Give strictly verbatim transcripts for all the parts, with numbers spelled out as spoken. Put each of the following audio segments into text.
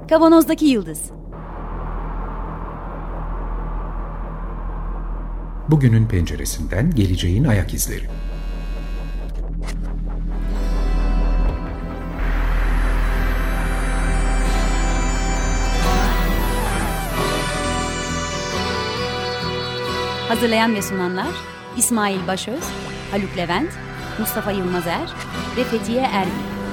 Kavanozdaki Yıldız. Bugünün penceresinden geleceğin ayak izleri. Hazırlayan ve sunanlar İsmail Başöz, Haluk Levent, Mustafa Yılmazer ve Fethiye Erbil.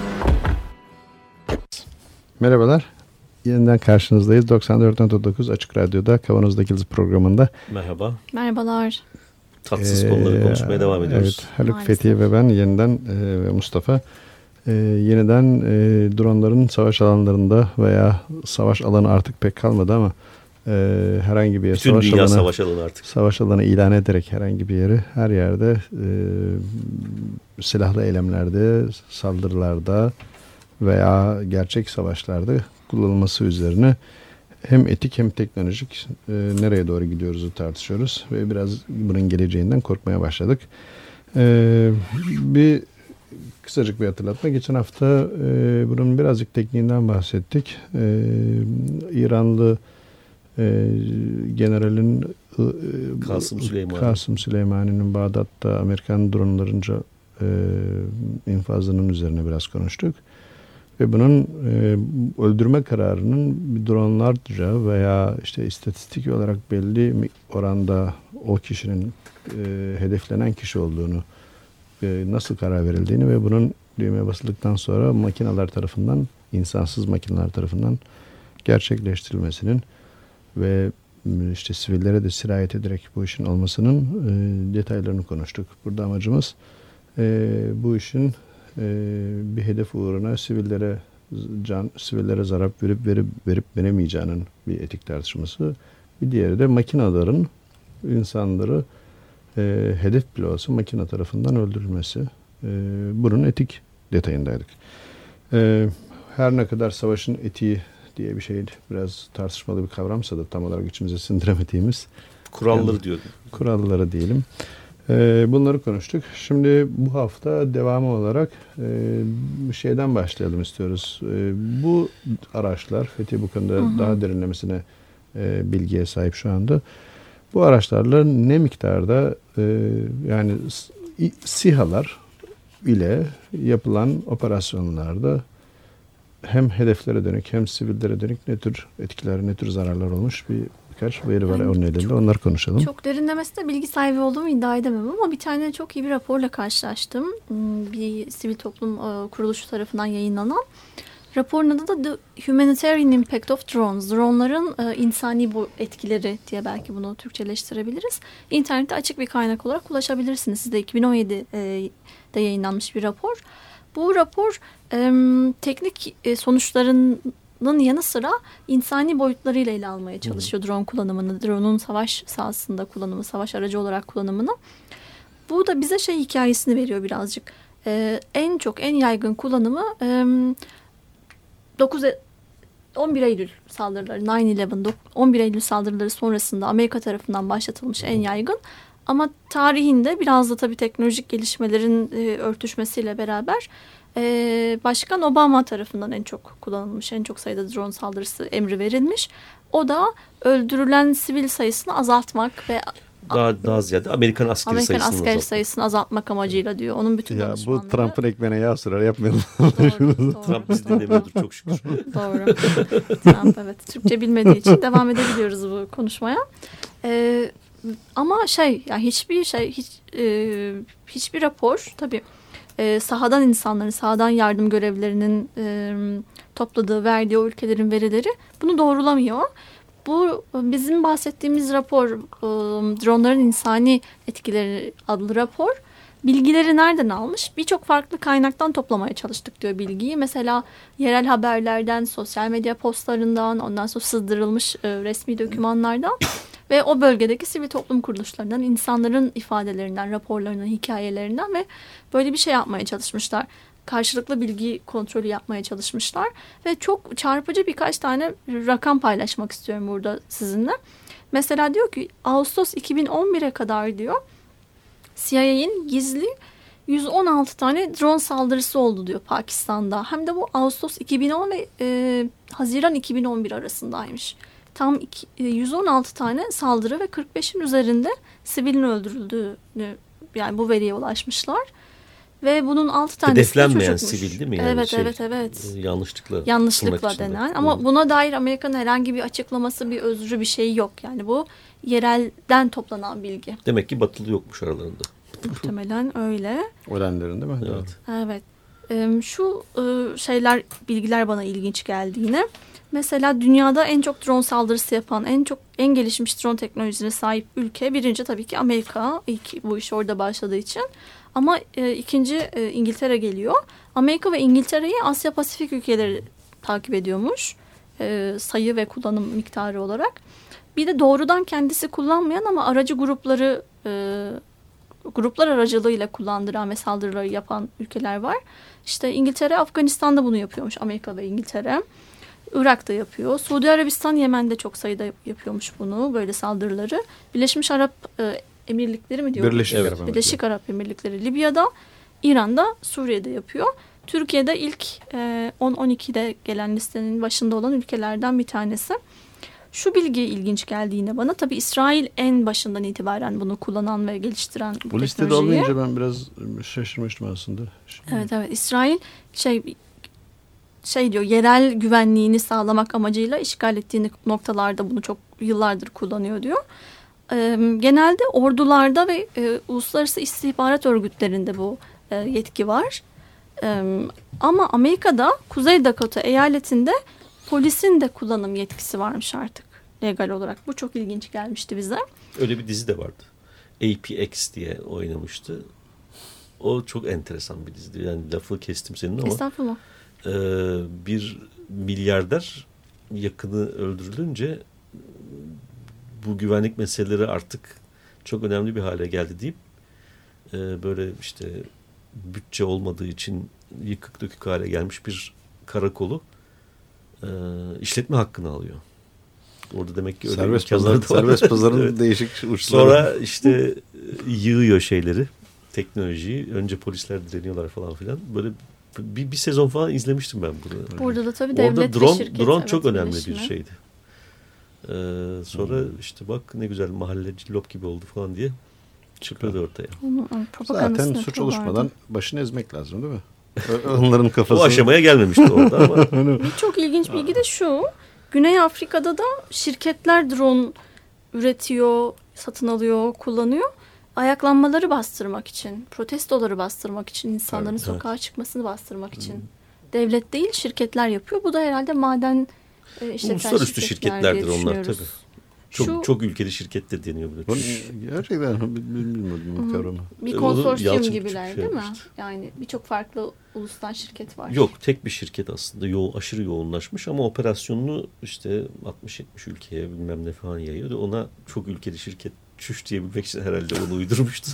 Merhabalar. Yeniden karşınızdayız. doksan dört nokta dokuz Açık Radyo'da Kavanozdaki Yıldız programında. Merhaba. Merhabalar. Tatsız ee, konuları konuşmaya devam ediyoruz. Evet, Haluk, Maalesef. Fethiye ve ben yeniden e, ve Mustafa e, yeniden e, dronların savaş alanlarında veya savaş alanı artık pek kalmadı ama e, herhangi bir yer Bütün savaş dünya alanı, savaş alanı artık. Savaş alanı ilan ederek herhangi bir yeri her yerde e, silahlı eylemlerde, saldırılarda veya gerçek savaşlarda kullanılması üzerine hem etik hem teknolojik e, nereye doğru gidiyoruzu tartışıyoruz ve biraz bunun geleceğinden korkmaya başladık. E, bir kısacık bir hatırlatma. Geçen hafta e, bunun birazcık tekniğinden bahsettik. E, İranlı e, generalin e, Kasım Süleymani. Kasım Süleymani'nin Bağdat'ta Amerikan dronlarınca e, infazının üzerine biraz konuştuk. Ve bunun e, öldürme kararının dronlarca veya işte istatistik olarak belli oranda o kişinin e, hedeflenen kişi olduğunu, e, nasıl karar verildiğini ve bunun düğmeye basıldıktan sonra makineler tarafından, insansız makineler tarafından gerçekleştirilmesinin ve işte sivillere de sirayet ederek bu işin olmasının e, detaylarını konuştuk. Burada amacımız e, bu işin Ee, bir hedef uğruna sivillere can, sivillere zarar verip verip verip veremeyeceğinin bir etik tartışması. Bir diğeri de makinelerin insanları e, hedef bile olsa makine tarafından öldürülmesi. E, bunun etik detayındaydık. E, her ne kadar savaşın etiği diye bir şey biraz tartışmalı bir kavramsa da tam olarak içimize sindiremediğimiz kuralları yani, diyordum. Kuralları diyelim. Bunları konuştuk. Şimdi bu hafta devamı olarak bir şeyden başlayalım istiyoruz. Bu araçlar, Fethi bu konuda hı hı. daha derinlemesine bilgiye sahip şu anda. Bu araçlarla ne miktarda yani SİHA'lar ile yapılan operasyonlarda hem hedeflere dönük hem sivillere dönük ne tür etkiler, ne tür zararlar olmuş bir birkaç veri var yani onun elinde. Onları konuşalım. Çok derinlemesine bilgi sahibi olduğumu iddia edemem ama bir tane çok iyi bir raporla karşılaştım. Bir sivil toplum kuruluşu tarafından yayınlanan. Raporun adı da The Humanitarian Impact of Drones. Dronların insani etkileri diye belki bunu Türkçeleştirebiliriz. İnternette açık bir kaynak olarak ulaşabilirsiniz. Siz de iki bin on yedide yayınlanmış bir rapor. Bu rapor teknik sonuçların yanı sıra insani boyutlarıyla ele almaya çalışıyor hmm. drone kullanımını, drone'un savaş sahasında kullanımı, savaş aracı olarak kullanımını. Bu da bize şey hikayesini veriyor birazcık. Ee, en çok, en yaygın kullanımı e, dokuz on bir Eylül saldırıları, nine eleven, on bir Eylül saldırıları sonrasında Amerika tarafından başlatılmış en yaygın. Ama tarihinde biraz da tabii teknolojik gelişmelerin e, örtüşmesiyle beraber Ee, Başkan Obama tarafından en çok kullanılmış, en çok sayıda drone saldırısı emri verilmiş. O da öldürülen sivil sayısını azaltmak ve daha daha ziyade Amerikan askeri Amerikan sayısını askeri azaltmak. sayısını azaltmak amacıyla diyor. Onun bütün ya danışmanları. Bu Trump'ın ekmeğine yağ sürer, yapmayalım. Doğru, doğru, Trump bizi dinlemiyordur çok şükür. Doğru. Trump evet Türkçe bilmediği için devam edebiliyoruz bu konuşmaya. Ee, ama şey yani hiçbir şey hiç e, hiçbir rapor tabii E, sahadan insanların, sahadan yardım görevlilerinin e, topladığı, verdiği o ülkelerin verileri bunu doğrulamıyor. Bu bizim bahsettiğimiz rapor, e, dronların insani etkileri adlı rapor, bilgileri nereden almış? Birçok farklı kaynaktan toplamaya çalıştık diyor bilgiyi. Mesela yerel haberlerden, sosyal medya postlarından, ondan sonra sızdırılmış e, resmi dokümanlardan ve o bölgedeki sivil toplum kuruluşlarından, insanların ifadelerinden, raporlarından, hikayelerinden ve böyle bir şey yapmaya çalışmışlar. Karşılıklı bilgi kontrolü yapmaya çalışmışlar ve çok çarpıcı birkaç tane rakam paylaşmak istiyorum burada sizinle. Mesela diyor ki Ağustos iki bin on bire kadar diyor C I A'nin gizli yüz on altı tane drone saldırısı oldu diyor Pakistan'da. Hem de bu Ağustos iki bin on ve e, Haziran iki bin on bir arasındaymış. Tam iki, yüz on altı tane saldırı ve kırk beşin üzerinde sivilin öldürüldüğünü, yani bu veriye ulaşmışlar. Ve bunun altı tanesi hedeflenmeyen çocukmuş. Sivil değil mi? Yani evet, şey, evet, evet. Yanlışlıkla. Yanlışlıkla denen. Ama buna dair Amerika'nın herhangi bir açıklaması, bir özrü, bir şey yok. Yani bu yerelden toplanan bilgi. Demek ki batılı yokmuş aralarında. Muhtemelen öyle. Ölenlerin değil mi? Evet. Evet. Ee, şu e, şeyler, bilgiler bana ilginç geldi yine. Mesela dünyada en çok drone saldırısı yapan, en çok en gelişmiş drone teknolojisine sahip ülke birinci tabii ki Amerika. İlk bu iş orada başladığı için. Ama e, ikinci e, İngiltere geliyor. Amerika ve İngiltere'yi Asya Pasifik ülkeleri takip ediyormuş. E, sayı ve kullanım miktarı olarak. Bir de doğrudan kendisi kullanmayan ama aracı grupları e, gruplar aracılığıyla kullandıran ve saldırıları yapan ülkeler var. İşte İngiltere, Afganistan'da bunu yapıyormuş. Amerika ve İngiltere. Irak'ta yapıyor. Suudi Arabistan, Yemen'de çok sayıda yapıyormuş bunu, böyle saldırıları. Birleşmiş Arap e, Emirlikleri mi diyor? Birleşik, evet. Arap Emirlikleri. Birleşik Arap Emirlikleri Libya'da, İran'da, Suriye'de yapıyor. Türkiye'de ilk e, on on ikide gelen listenin başında olan ülkelerden bir tanesi. Şu bilgi ilginç geldi yine bana. Tabii İsrail en başından itibaren bunu kullanan ve geliştiren bu, Bu listede teknolojiyi. olmayınca ben biraz şaşırmıştım aslında. Şimdi... Evet, evet. İsrail şey şey diyor, yerel güvenliğini sağlamak amacıyla işgal ettiği noktalarda bunu çok yıllardır kullanıyor diyor. Ee, genelde ordularda ve e, uluslararası istihbarat örgütlerinde bu e, yetki var. Ee, ama Amerika'da Kuzey Dakota eyaletinde polisin de kullanım yetkisi varmış artık legal olarak. Bu çok ilginç gelmişti bize. Öyle bir dizi de vardı. A P X diye oynamıştı. O çok enteresan bir diziydi. Yani lafı kestim senin ama. Estağfurullah. E, bir milyarder yakını öldürülünce bu güvenlik meseleleri artık çok önemli bir hale geldi deyip e, böyle işte bütçe olmadığı için yıkık dökük hale gelmiş bir karakolu e, işletme hakkını alıyor. Orada demek ki öyle serbest imkanlar pazar, da var. serbest pazarın Evet. değişik uçları. Sonra işte yığıyor şeyleri, teknolojiyi. Önce polisler direniyorlar falan filan. Böyle bir, bir sezon falan izlemiştim ben bunu. Burada da tabii devlet Orada drone, ve şirket. drone evet, çok önemli birleşimi. bir şeydi. Ee, sonra Hmm. işte bak ne güzel mahalleci lop gibi oldu falan diye çıkıyordu ortaya. Onun, onun propagandasını Zaten suç yapıyorlardı. oluşmadan başını ezmek lazım değil mi? Onların O kafasını. aşamaya gelmemişti orada ama. Çok ilginç bilgi de şu. Güney Afrika'da da şirketler drone üretiyor, satın alıyor, kullanıyor. Ayaklanmaları bastırmak için, protestoları bastırmak için, insanların Evet, sokağa evet. çıkmasını bastırmak için. Hmm. Devlet değil, şirketler yapıyor. Bu da herhalde maden e, işleten Uluslararası şirketler şirketlerdir diye onlar tabii. Çok, Şu, çok ülkeli şirket de deniyor buna. Gerçekten bilmiyordum bu kavramı. bir Onu konsorsiyum Yalçın gibiler şey değil mi? yapmıştı. Yani birçok farklı ulustan şirket var. Yok, tek bir şirket aslında. Yo, aşırı yoğunlaşmış ama operasyonunu işte altmış yetmiş ülkeye bilmem ne falan yayıyor. Ona çok ülkeli şirket çüş diyebilmek için herhalde onu uydurmuştu.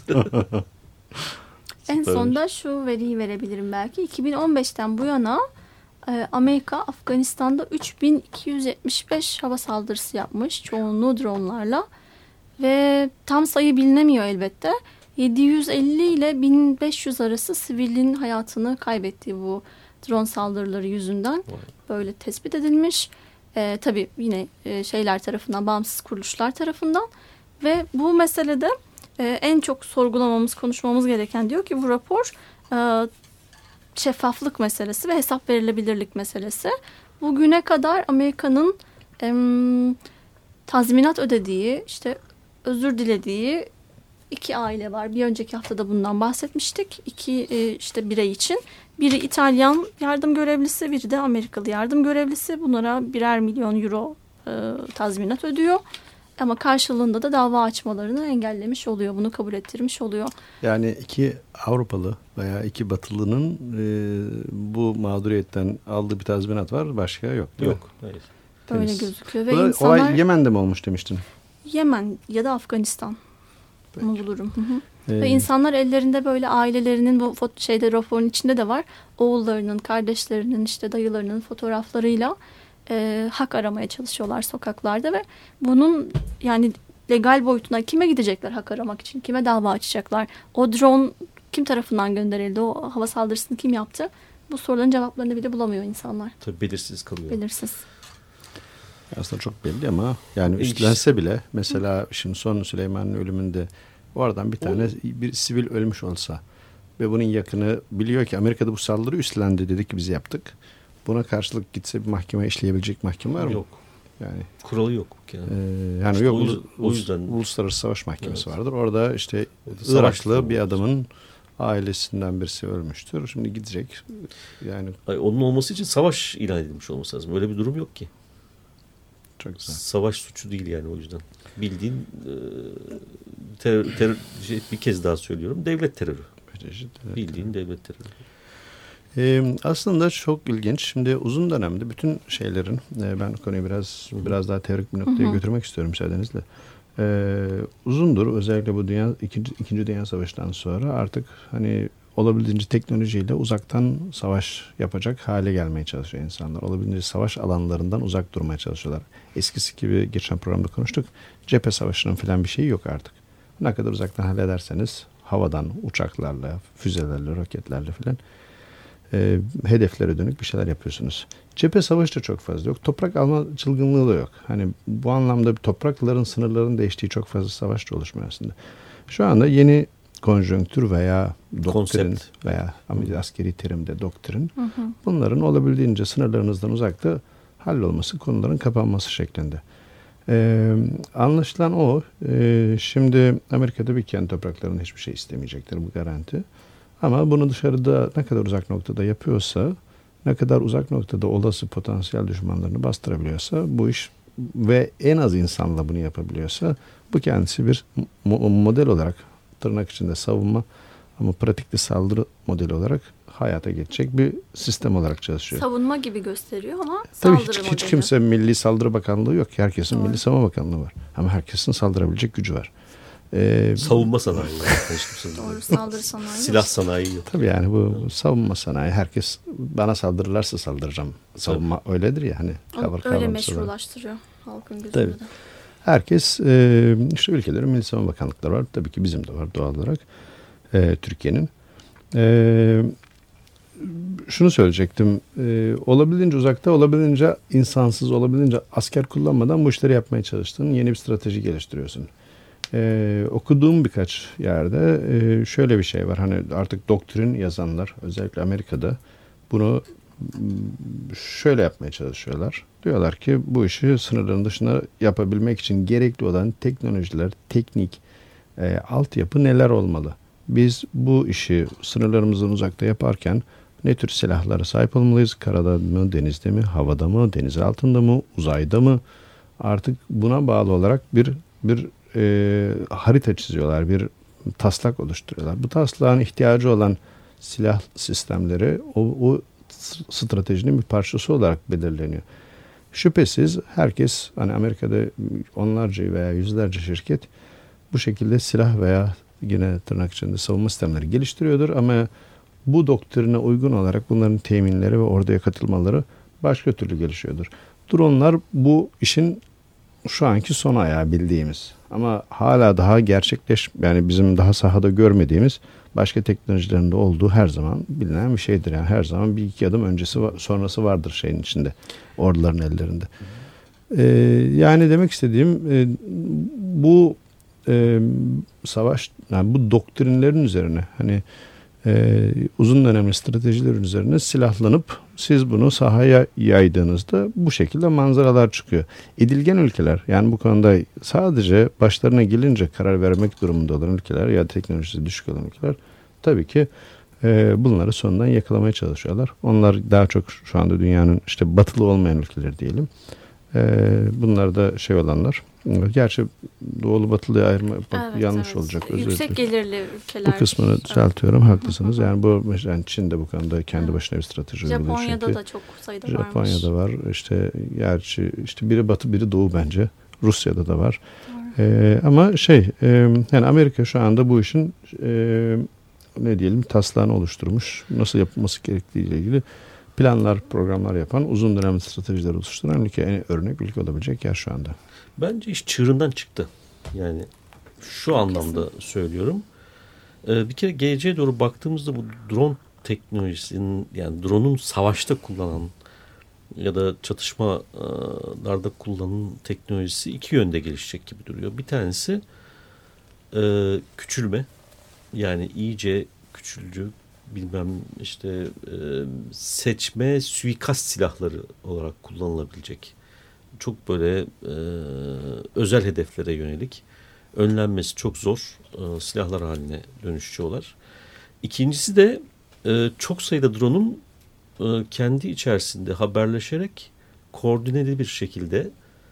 En sonda şu veriyi verebilirim belki. iki bin on beşten bu yana Amerika Afganistan'da üç bin iki yüz yetmiş beş hava saldırısı yapmış. Çoğunluğu dronlarla. Ve tam sayı bilinemiyor elbette. yedi yüz elli ile bin beş yüz arası sivilin hayatını kaybettiği bu drone saldırıları yüzünden böyle tespit edilmiş. Ee, tabii yine e, şeyler tarafından, bağımsız kuruluşlar tarafından. Ve bu meselede e, en çok sorgulamamız, konuşmamız gereken diyor ki bu rapor e, şeffaflık meselesi ve hesap verilebilirlik meselesi. Bugüne kadar Amerika'nın e, tazminat ödediği, işte özür dilediği iki aile var. Bir önceki haftada bundan bahsetmiştik. İki e, işte birey için. Biri İtalyan yardım görevlisi, biri de Amerikalı yardım görevlisi. Bunlara birer milyon euro e, tazminat ödüyor. Ama karşılığında da dava açmalarını engellemiş oluyor. Bunu kabul ettirmiş oluyor. Yani iki Avrupalı veya iki Batılı'nın e, bu mağduriyetten aldığı bir tazminat var. Başka yok. Yok. Hayır. Böyle Temiz. gözüküyor. Ve Bu insanlar... olay Yemen'de mi olmuş demiştin? Yemen ya da Afganistan. Peki. Onu bulurum. Hı hı. Ee, Ve insanlar ellerinde böyle ailelerinin, bu foto- şeyde raporun içinde de var. Oğullarının, kardeşlerinin, işte dayılarının fotoğraflarıyla e, hak aramaya çalışıyorlar sokaklarda ve bunun yani legal boyutuna kime gidecekler hak aramak için? Kime dava açacaklar? O drone kim tarafından gönderildi, o hava saldırısını kim yaptı? Bu soruların cevaplarını bile bulamıyor insanlar. Tabii belirsiz kalıyor. Belirsiz. Aslında çok belli ama yani üstlense bile mesela şimdi son Süleyman'ın ölümünde oradan bir tane bir sivil ölmüş olsa ve bunun yakını biliyor ki Amerika'da bu saldırı üstlendi, dedi ki biz yaptık. Buna karşılık gitse bir mahkeme işleyebilecek mahkeme var mı? Yok. Yani kuralı yok. Yani, ee, yani işte yok. O yüzden, Ulus, o yüzden Uluslararası Savaş Mahkemesi evet. vardır. Orada işte Orada Iraklı bir adamın ailesinden birisi ölmüştür. Şimdi gidecek. Yani Ay, onun olması için savaş ilan edilmiş olması lazım. Öyle bir durum yok ki. çok güzel. Savaş suçu değil yani o yüzden. Bildiğin e, terör, terör şey, bir kez daha söylüyorum. Devlet terörü. Evet. Bildiğin devlet terörü. Ee, aslında çok ilginç. Şimdi uzun dönemde bütün şeylerin, e, ben konuyu biraz Hı-hı. biraz daha teorik bir noktaya Hı-hı. götürmek istiyorum müsaadenizle. Ee, uzundur, özellikle bu dünya ikinci, ikinci Dünya Savaşı'ndan sonra artık hani olabildiğince teknolojiyle uzaktan savaş yapacak hale gelmeye çalışıyor insanlar. Olabildiğince savaş alanlarından uzak durmaya çalışıyorlar. Eskisi gibi geçen programda konuştuk. Cephe savaşının falan bir şeyi yok artık. Ne kadar uzaktan hallederseniz havadan, uçaklarla, füzelerle, roketlerle falan e, hedeflere dönük bir şeyler yapıyorsunuz. Cephe savaşı da çok fazla yok. Toprak alma çılgınlığı da yok. Hani bu anlamda toprakların sınırların değiştiği çok fazla savaş da oluşmuyor aslında. Şu anda yeni konjonktür veya doktrin Konsept. veya askeri terimde doktrin hı hı. bunların olabildiğince sınırlarınızdan uzakta hallolması, konuların kapanması şeklinde. Ee, anlaşılan o. Ee, şimdi Amerika'da bir kendi topraklarında hiçbir şey istemeyecektir, bu garanti. Ama bunu dışarıda ne kadar uzak noktada yapıyorsa, ne kadar uzak noktada olası potansiyel düşmanlarını bastırabiliyorsa bu iş ve en az insanla bunu yapabiliyorsa bu kendisi bir mo- model olarak, tırnak içinde savunma ama pratikte saldırı modeli olarak hayata geçecek bir sistem olarak çalışıyor. Savunma gibi gösteriyor ama saldırı Tabii hiç, modeli. hiç kimse Milli Saldırı Bakanlığı yok. Herkesin Doğru. Milli Savunma Bakanlığı var. Ama herkesin saldırabilecek gücü var. Ee, savunma sanayi. Doğru, saldırı sanayi. Silah sanayi yok. Tabii yani bu evet. savunma sanayi. Herkes bana saldırırlarsa saldıracağım. Savunma tabii. öyledir ya hani. Cover, öyle meşrulaştırıyor halkın gözünde tabii. de. Herkes e, işte ülkelerin Milli Savunma Bakanlıkları var. Tabii ki bizim de var doğal olarak. E, Türkiye'nin. E, şunu söyleyecektim. E, olabildiğince uzakta, olabildiğince insansız, olabildiğince asker kullanmadan bu işleri yapmaya çalıştın. Yeni bir strateji geliştiriyorsun. Ee, okuduğum birkaç yerde e, şöyle bir şey var. Hani artık doktrin yazanlar özellikle Amerika'da bunu şöyle yapmaya çalışıyorlar. Diyorlar ki bu işi sınırların dışında yapabilmek için gerekli olan teknolojiler, teknik, e, altyapı neler olmalı? Biz bu işi sınırlarımızdan uzakta yaparken ne tür silahlara sahip olmalıyız? Karada mı, denizde mi, havada mı, deniz altında mı, uzayda mı? Artık buna bağlı olarak bir bir E, harita çiziyorlar, bir taslak oluşturuyorlar. Bu taslağın ihtiyacı olan silah sistemleri o, o stratejinin bir parçası olarak belirleniyor. Şüphesiz herkes, hani Amerika'da onlarca veya yüzlerce şirket bu şekilde silah veya yine tırnak içinde savunma sistemleri geliştiriyordur ama bu doktrine uygun olarak bunların teminleri ve orduya katılmaları başka türlü gelişiyordur. Dronlar bu işin şu anki son ayağı bildiğimiz ama hala daha gerçekleş yani bizim daha sahada görmediğimiz başka teknolojilerinde olduğu her zaman bilinen bir şeydir. Yani her zaman bir iki adım öncesi sonrası vardır şeyin içinde, orduların ellerinde. Ee, yani demek istediğim e, bu e, savaş, yani bu doktrinlerin üzerine hani e, uzun dönemli stratejilerin üzerine silahlanıp siz bunu sahaya yaydığınızda bu şekilde manzaralar çıkıyor. Edilgen ülkeler, yani bu konuda sadece başlarına gelince karar vermek durumunda olan ülkeler ya teknolojisi düşük olan ülkeler tabii ki e, bunları sonundan yakalamaya çalışıyorlar. Onlar daha çok şu anda dünyanın işte batılı olmayan ülkeleri diyelim. E, bunlar da şey olanlar. Gerçi doğulu batılıya ayırma evet, yanlış evet. olacak. Yüksek gelirli ülkeler. Bu kısmını düzeltiyorum. Evet. Haklısınız. Yani bu yani Çin de bu konuda kendi evet. başına bir strateji uyguluyor. Japonya'da çünkü. da çok sayıda Japonya'da varmış. Japonya'da var. İşte gerçi işte biri batı biri doğu bence. Rusya'da da var. Ee, ama şey e, yani Amerika şu anda bu işin e, ne diyelim taslağını oluşturmuş. Nasıl yapılması gerektiği ile ilgili planlar, programlar yapan, uzun dönemli stratejiler oluşturan ülke, en örnek ülke olabilecek yer şu anda. Bence iş çığırından çıktı. Yani şu anlamda söylüyorum. E, bir kere geleceğe doğru baktığımızda bu drone teknolojisinin, yani drone'un savaşta kullanılan ya da çatışmalarda kullanılan teknolojisi iki yönde gelişecek gibi duruyor. Bir tanesi e, küçülme, yani iyice küçülücü, bilmem işte e, seçme suikast silahları olarak kullanılabilecek. Çok böyle e, özel hedeflere yönelik, önlenmesi çok zor e, silahlar haline dönüşüyorlar. İkincisi de e, çok sayıda drone'un e, kendi içerisinde haberleşerek koordineli bir şekilde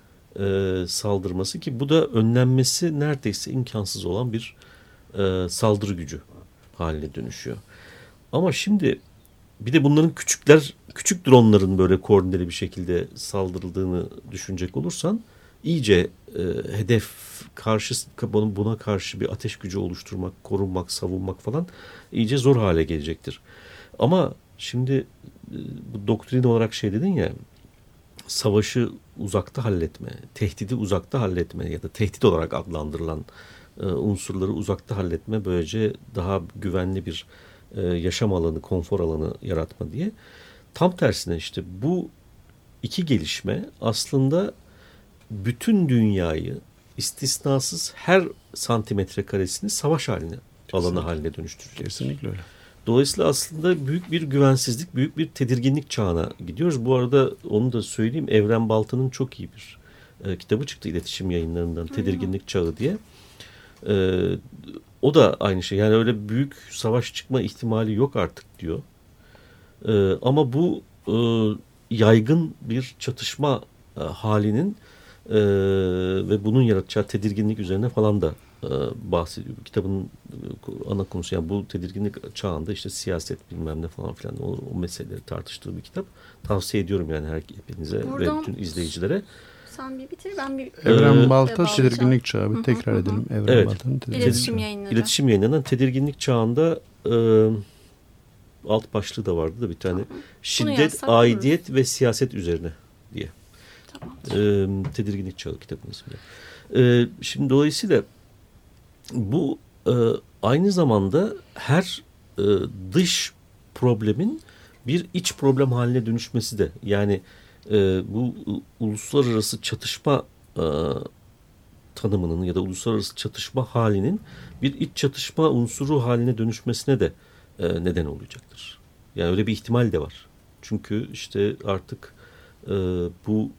e, saldırması, ki bu da önlenmesi neredeyse imkansız olan bir e, saldırı gücü haline dönüşüyor. Ama şimdi bir de bunların küçükler, küçük dronların böyle koordineli bir şekilde saldırıldığını düşünecek olursan, iyice e, hedef karşı, buna karşı bir ateş gücü oluşturmak, korunmak, savunmak falan iyice zor hale gelecektir. Ama şimdi e, bu doktrin olarak şey dedin ya, savaşı uzakta halletme, tehdidi uzakta halletme ya da tehdit olarak adlandırılan e, unsurları uzakta halletme, böylece daha güvenli bir e, yaşam alanı, konfor alanı yaratma diye. Tam tersine işte bu iki gelişme aslında bütün dünyayı, istisnasız her santimetre karesini savaş haline, alanı haline dönüştürecek. Kesinlikle öyle. Dolayısıyla aslında büyük bir güvensizlik, büyük bir tedirginlik çağına gidiyoruz. Bu arada onu da söyleyeyim, Evren Balta'nın çok iyi bir e, kitabı çıktı iletişim yayınlarından, Tedirginlik Çağı diye. E, o da aynı şey, yani öyle büyük savaş çıkma ihtimali yok artık diyor. E, ama bu e, yaygın bir çatışma e, halinin e, ve bunun yaratacağı tedirginlik üzerine falan da bahsediyor. Kitabın ana konusu, yani bu tedirginlik çağında işte siyaset bilmem ne falan filan, o, o meseleleri tartıştığı bir kitap. Tavsiye ediyorum yani her hepinize Buradan, ve bütün izleyicilere. Sen bir bitir, ben bir... Evren ee, Balta Tedirginlik Çağı. Bir tekrar hı hı. edelim. Evren evet. Balta'nın Tedirginlik İletişim Çağı. yayınları. İletişim yayınlarından Tedirginlik Çağında e, alt başlığı da vardı da bir tane. Tamam. Şiddet, aidiyet ve siyaset üzerine diye. Tamam. E, Tedirginlik Çağı kitabının ismi. E, şimdi dolayısıyla bu e, aynı zamanda her e, dış problemin bir iç problem haline dönüşmesi de, yani e, bu uluslararası çatışma e, tanımının ya da uluslararası çatışma halinin bir iç çatışma unsuru haline dönüşmesine de e, neden olacaktır. Yani öyle bir ihtimal de var. Çünkü işte artık e, bu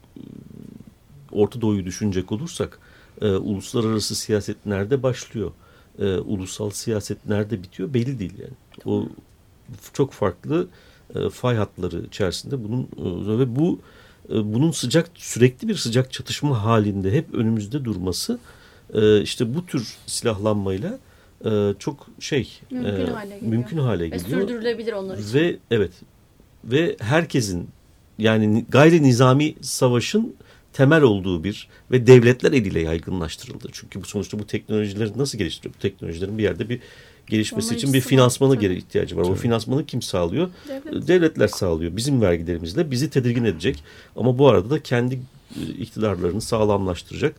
Orta Doğu'yu düşünecek olursak, e, uluslararası siyaset nerede başlıyor, e, ulusal siyaset nerede bitiyor belli değil yani. O çok farklı e, fay hatları içerisinde bunun e, ve bu e, bunun sıcak, sürekli bir sıcak çatışma halinde hep önümüzde durması e, işte bu tür silahlanmayla e, çok şey mümkün e, hale geliyor. Mümkün hale ve geliyor. sürdürülebilir onlar için. Ve evet, ve herkesin, yani gayri nizami savaşın temel olduğu bir ve devletler eliyle yaygınlaştırıldı. Çünkü bu sonuçta bu teknolojileri nasıl geliştiriyor? Bu teknolojilerin bir yerde bir gelişmesi Onları için bir finansmana geri ihtiyacı var. Tabii. O finansmanı kim sağlıyor? Devlet. Devletler sağlıyor. Bizim vergilerimizle bizi tedirgin edecek. Ama bu arada da kendi iktidarlarını sağlamlaştıracak,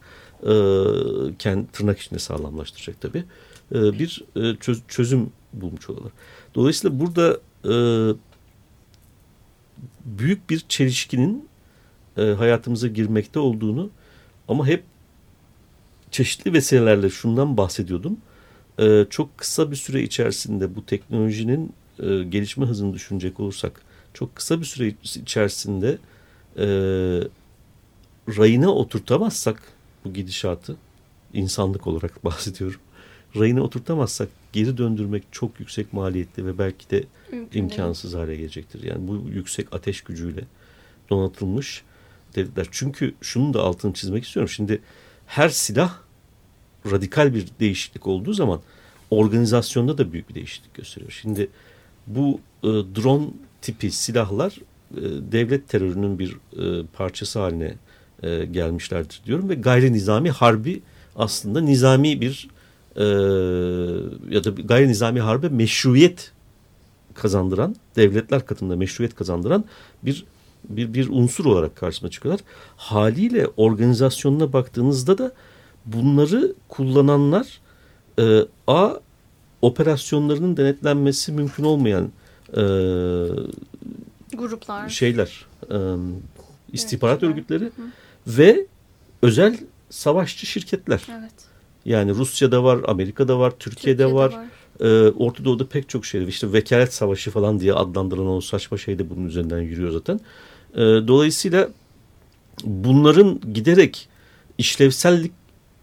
kendi tırnak içinde sağlamlaştıracak tabii, bir çözüm bulmuş olurlar. Dolayısıyla burada büyük bir çelişkinin hayatımıza girmekte olduğunu, ama hep çeşitli vesilelerle şundan bahsediyordum. Çok kısa bir süre içerisinde bu teknolojinin gelişme hızını düşünecek olursak, çok kısa bir süre içerisinde rayına oturtamazsak bu gidişatı, insanlık olarak bahsediyorum, rayına oturtamazsak geri döndürmek çok yüksek maliyetli ve belki de mümkün imkansız değil. Hale gelecektir. Yani bu yüksek ateş gücüyle donatılmış devletler. Çünkü şunun da altını çizmek istiyorum. Şimdi her silah radikal bir değişiklik olduğu zaman organizasyonda da büyük bir değişiklik gösteriyor. Şimdi bu e, drone tipi silahlar e, devlet terörünün bir e, parçası haline e, gelmişlerdir diyorum ve gayri nizami harbi aslında nizami bir e, ya da gayri nizami harbe meşruiyet kazandıran, devletler katında meşruiyet kazandıran bir bir bir unsur olarak karşısına çıkıyorlar. Haliyle organizasyonuna baktığınızda da bunları kullananlar e, a operasyonlarının denetlenmesi mümkün olmayan e, gruplar, şeyler, e, istihbarat evet, örgütleri hı. ve özel savaşçı şirketler. Evet. Yani Rusya'da var, Amerika'da var, Türkiye'de, Türkiye'de var. var. Ee, Orta Doğu'da pek çok şey var. İşte vekalet savaşı falan diye adlandırılan o saçma şey de bunun üzerinden yürüyor zaten. Ee, dolayısıyla bunların giderek işlevsellik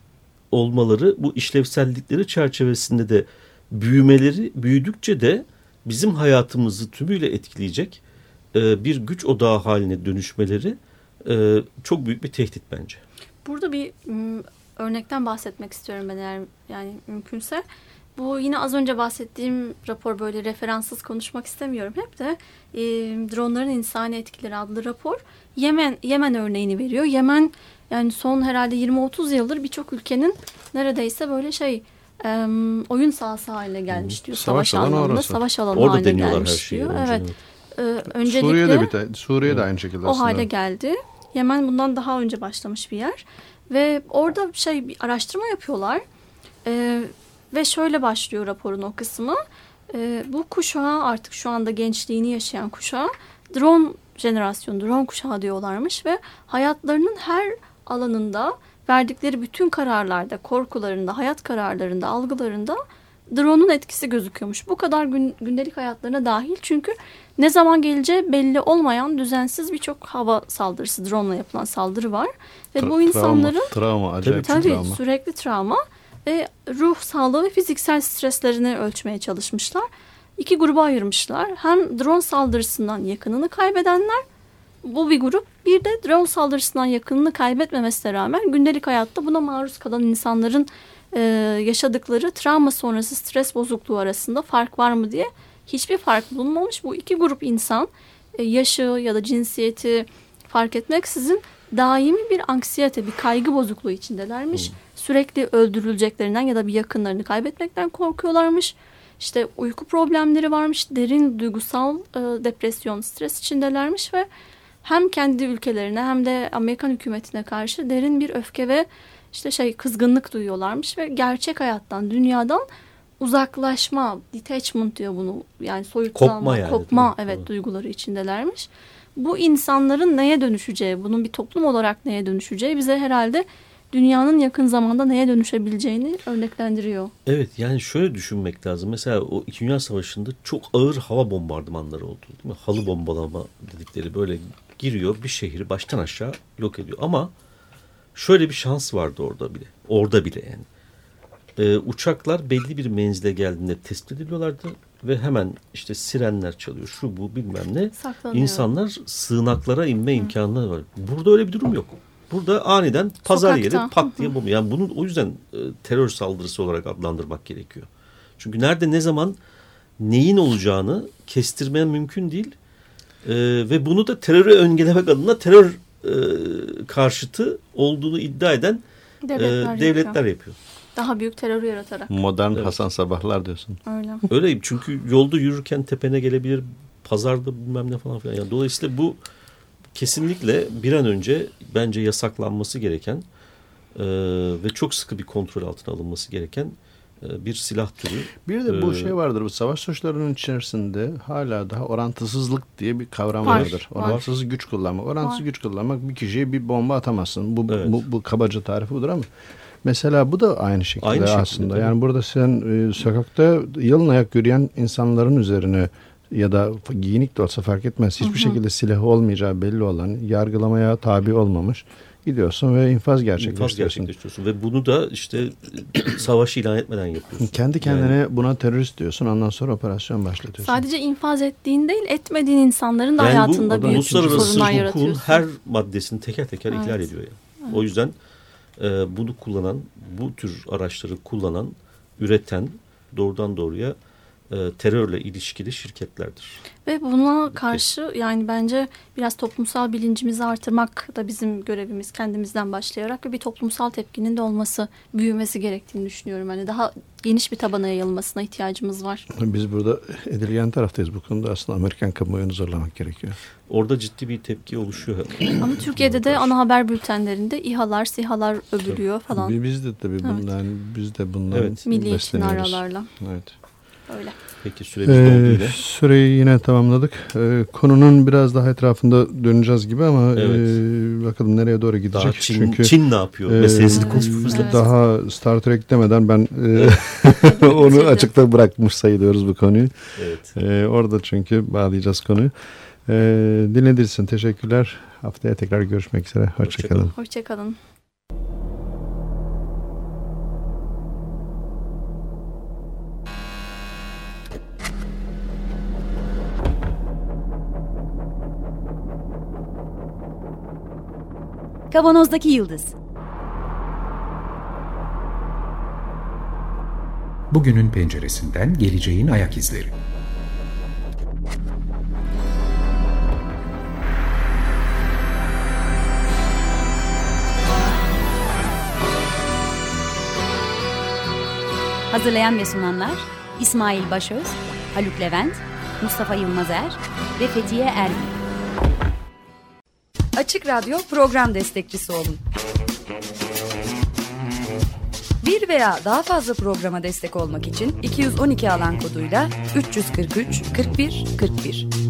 olmaları, bu işlevsellikleri çerçevesinde de büyümeleri, büyüdükçe de bizim hayatımızı tümüyle etkileyecek e, bir güç odağı haline dönüşmeleri e, çok büyük bir tehdit bence. Burada bir m, örnekten bahsetmek istiyorum ben eğer yani mümkünse. Bu yine az önce bahsettiğim rapor, böyle referanssız konuşmak istemiyorum hep de e, dronların insani etkileri adlı rapor Yemen Yemen örneğini veriyor. Yemen yani son herhalde yirmi otuz yıldır birçok ülkenin neredeyse böyle şey e, oyun sahası haline gelmiş diyor. Savaş, savaş alanı anlamında orası. savaş alanı Orada haline deniyorlar gelmiş her şeyi diyor. önce, Evet. evet. E, öncelikle Suriye'de bir de Suriye de aynı şekilde o aslında. hale geldi. Yemen bundan daha önce başlamış bir yer ve orada şey bir araştırma yapıyorlar. E, Ve şöyle başlıyor raporun o kısmı. E, bu kuşağa, artık şu anda gençliğini yaşayan kuşağa drone jenerasyonu, drone kuşağı diyorlarmış ve hayatlarının her alanında verdikleri bütün kararlarda, korkularında, hayat kararlarında, algılarında drone'un etkisi gözüküyormuş. Bu kadar gün, gündelik hayatlarına dahil, çünkü ne zaman geleceği belli olmayan düzensiz birçok hava saldırısı, drone'la yapılan saldırı var. Ve Tra- bu insanların travma, travma acayip tabii, travma. sürekli travma ve ruh sağlığı ve fiziksel streslerini ölçmeye çalışmışlar. İki gruba ayırmışlar. Hem drone saldırısından yakınını kaybedenler, bu bir grup. Bir de drone saldırısından yakınını kaybetmemesine rağmen gündelik hayatta buna maruz kalan insanların e, yaşadıkları travma sonrası stres bozukluğu arasında fark var mı diye hiçbir fark bulunmamış. Bu iki grup insan e, yaşı ya da cinsiyeti fark etmeksizin daimi bir anksiyete, bir kaygı bozukluğu içindelermiş. Hmm. Sürekli öldürüleceklerinden ya da bir yakınlarını kaybetmekten korkuyorlarmış. İşte uyku problemleri varmış, derin duygusal e, depresyon, stres içindelermiş ve hem kendi ülkelerine hem de Amerikan hükümetine karşı derin bir öfke ve işte şey kızgınlık duyuyorlarmış ve gerçek hayattan, dünyadan uzaklaşma, detachment diyor bunu. Yani soyutlanma, kopma, yani, kopma evet duyguları içindelermiş. Bu insanların neye dönüşeceği, bunun bir toplum olarak neye dönüşeceği bize herhalde dünyanın yakın zamanda neye dönüşebileceğini örneklendiriyor. Evet, yani şöyle düşünmek lazım. Mesela o İkinci Dünya Savaşı'nda çok ağır hava bombardımanları oldu, değil mi? Halı bombalama dedikleri, böyle giriyor bir şehri baştan aşağı yok ediyor. Ama şöyle bir şans vardı orada bile. Orada bile yani. Ee, uçaklar belli bir menzile geldiğinde tespit ediliyorlardı ve hemen işte sirenler çalıyor, şu bu bilmem ne. İnsanlar sığınaklara inme imkanları var. Burada öyle bir durum yok. Burada aniden pazar Sokakta. yeri pat diye bomba. Yani bunun o yüzden e, terör saldırısı olarak adlandırmak gerekiyor. Çünkü nerede ne zaman neyin olacağını kestirmen mümkün değil. E, ve bunu da terörü önlemek adına terör e, karşıtı olduğunu iddia eden devletler, e, devletler yapıyor. yapıyor. Daha büyük terörü yaratarak. Modern evet. Hasan Sabahlar diyorsun. Öyle. Öyle, çünkü yolda yürürken tepene gelebilir, pazarda bilmem ne falan filan. Yani dolayısıyla bu kesinlikle bir an önce bence yasaklanması gereken e, ve çok sıkı bir kontrol altına alınması gereken e, bir silah türü. Bir de bu ee, şey vardır, bu savaş suçlarının içerisinde hala daha orantısızlık diye bir kavram var, vardır. Orantısız var. güç kullanmak. Orantısız var. güç kullanmak, bir kişiye bir bomba atamazsın. Bu, evet. bu, bu kabaca tarifi budur ama mesela bu da aynı şekilde, aynı şekilde aslında. Tabii. Yani burada sen e, sokakta yalın ayak yürüyen insanların üzerine ya da giyinik de olsa fark etmez, hiçbir hı hı. şekilde silahı olmayacağı belli olan, yargılamaya tabi olmamış, gidiyorsun ve infaz gerçekleştiriyorsun. İnfaz gerçekleştiriyorsun ve bunu da işte savaş ilan etmeden yapıyorsun. Kendi kendine yani, buna terörist diyorsun, ondan sonra operasyon başlatıyorsun. Sadece infaz ettiğin değil, etmediğin insanların da yani hayatında bu, büyük sorunlar yaratıyorsun. Hukukun her evet. maddesini teker teker evet. ihlal ediyor yani. Evet. O yüzden e, bunu kullanan, bu tür araçları kullanan, üreten, doğrudan doğruya e, terörle ilişkili şirketlerdir. Ve buna karşı yani bence biraz toplumsal bilincimizi artırmak da bizim görevimiz, kendimizden başlayarak ve bir toplumsal tepkinin de olması, büyümesi gerektiğini düşünüyorum. Hani daha geniş bir tabana yayılmasına ihtiyacımız var. Biz burada edilgen taraftayız bu konuda. Aslında Amerikan kamuoyunu zorlamak gerekiyor. Orada ciddi bir tepki oluşuyor. Ama Türkiye'de de ana haber bültenlerinde İHA'lar, SİHA'lar övülüyor falan. Biz de tabii bundan, evet. biz de bundan evet. Milliyetçi naralarla. Evet. Öyle. Peki süremiz ee, doldu yine. Süreyi yine tamamladık. Ee, konunun biraz daha etrafında döneceğiz gibi ama evet. e, bakalım nereye doğru gidecek. Daha Çin, Çünkü Çin ne yapıyor? E, meselesini konuşmamız evet. Daha Star Trek demeden ben e, onu açıkta bırakmış sayılıyoruz bu konuyu. Evet. E, orada çünkü bağlayacağız konuyu. E, dinlediğiniz için teşekkürler. Haftaya tekrar görüşmek üzere. Hoşçakalın. Hoşçakalın. Kavanozdaki Yıldız. Bugünün penceresinden geleceğin ayak izleri. Hazırlayan ve sunanlar İsmail Başöz, Haluk Levent, Mustafa Yılmazer ve Fethiye Erbil. Açık Radyo program destekçisi olun. Bir veya daha fazla programa destek olmak için iki yüz on iki alan koduyla üç yüz kırk üç kırk bir kırk bir.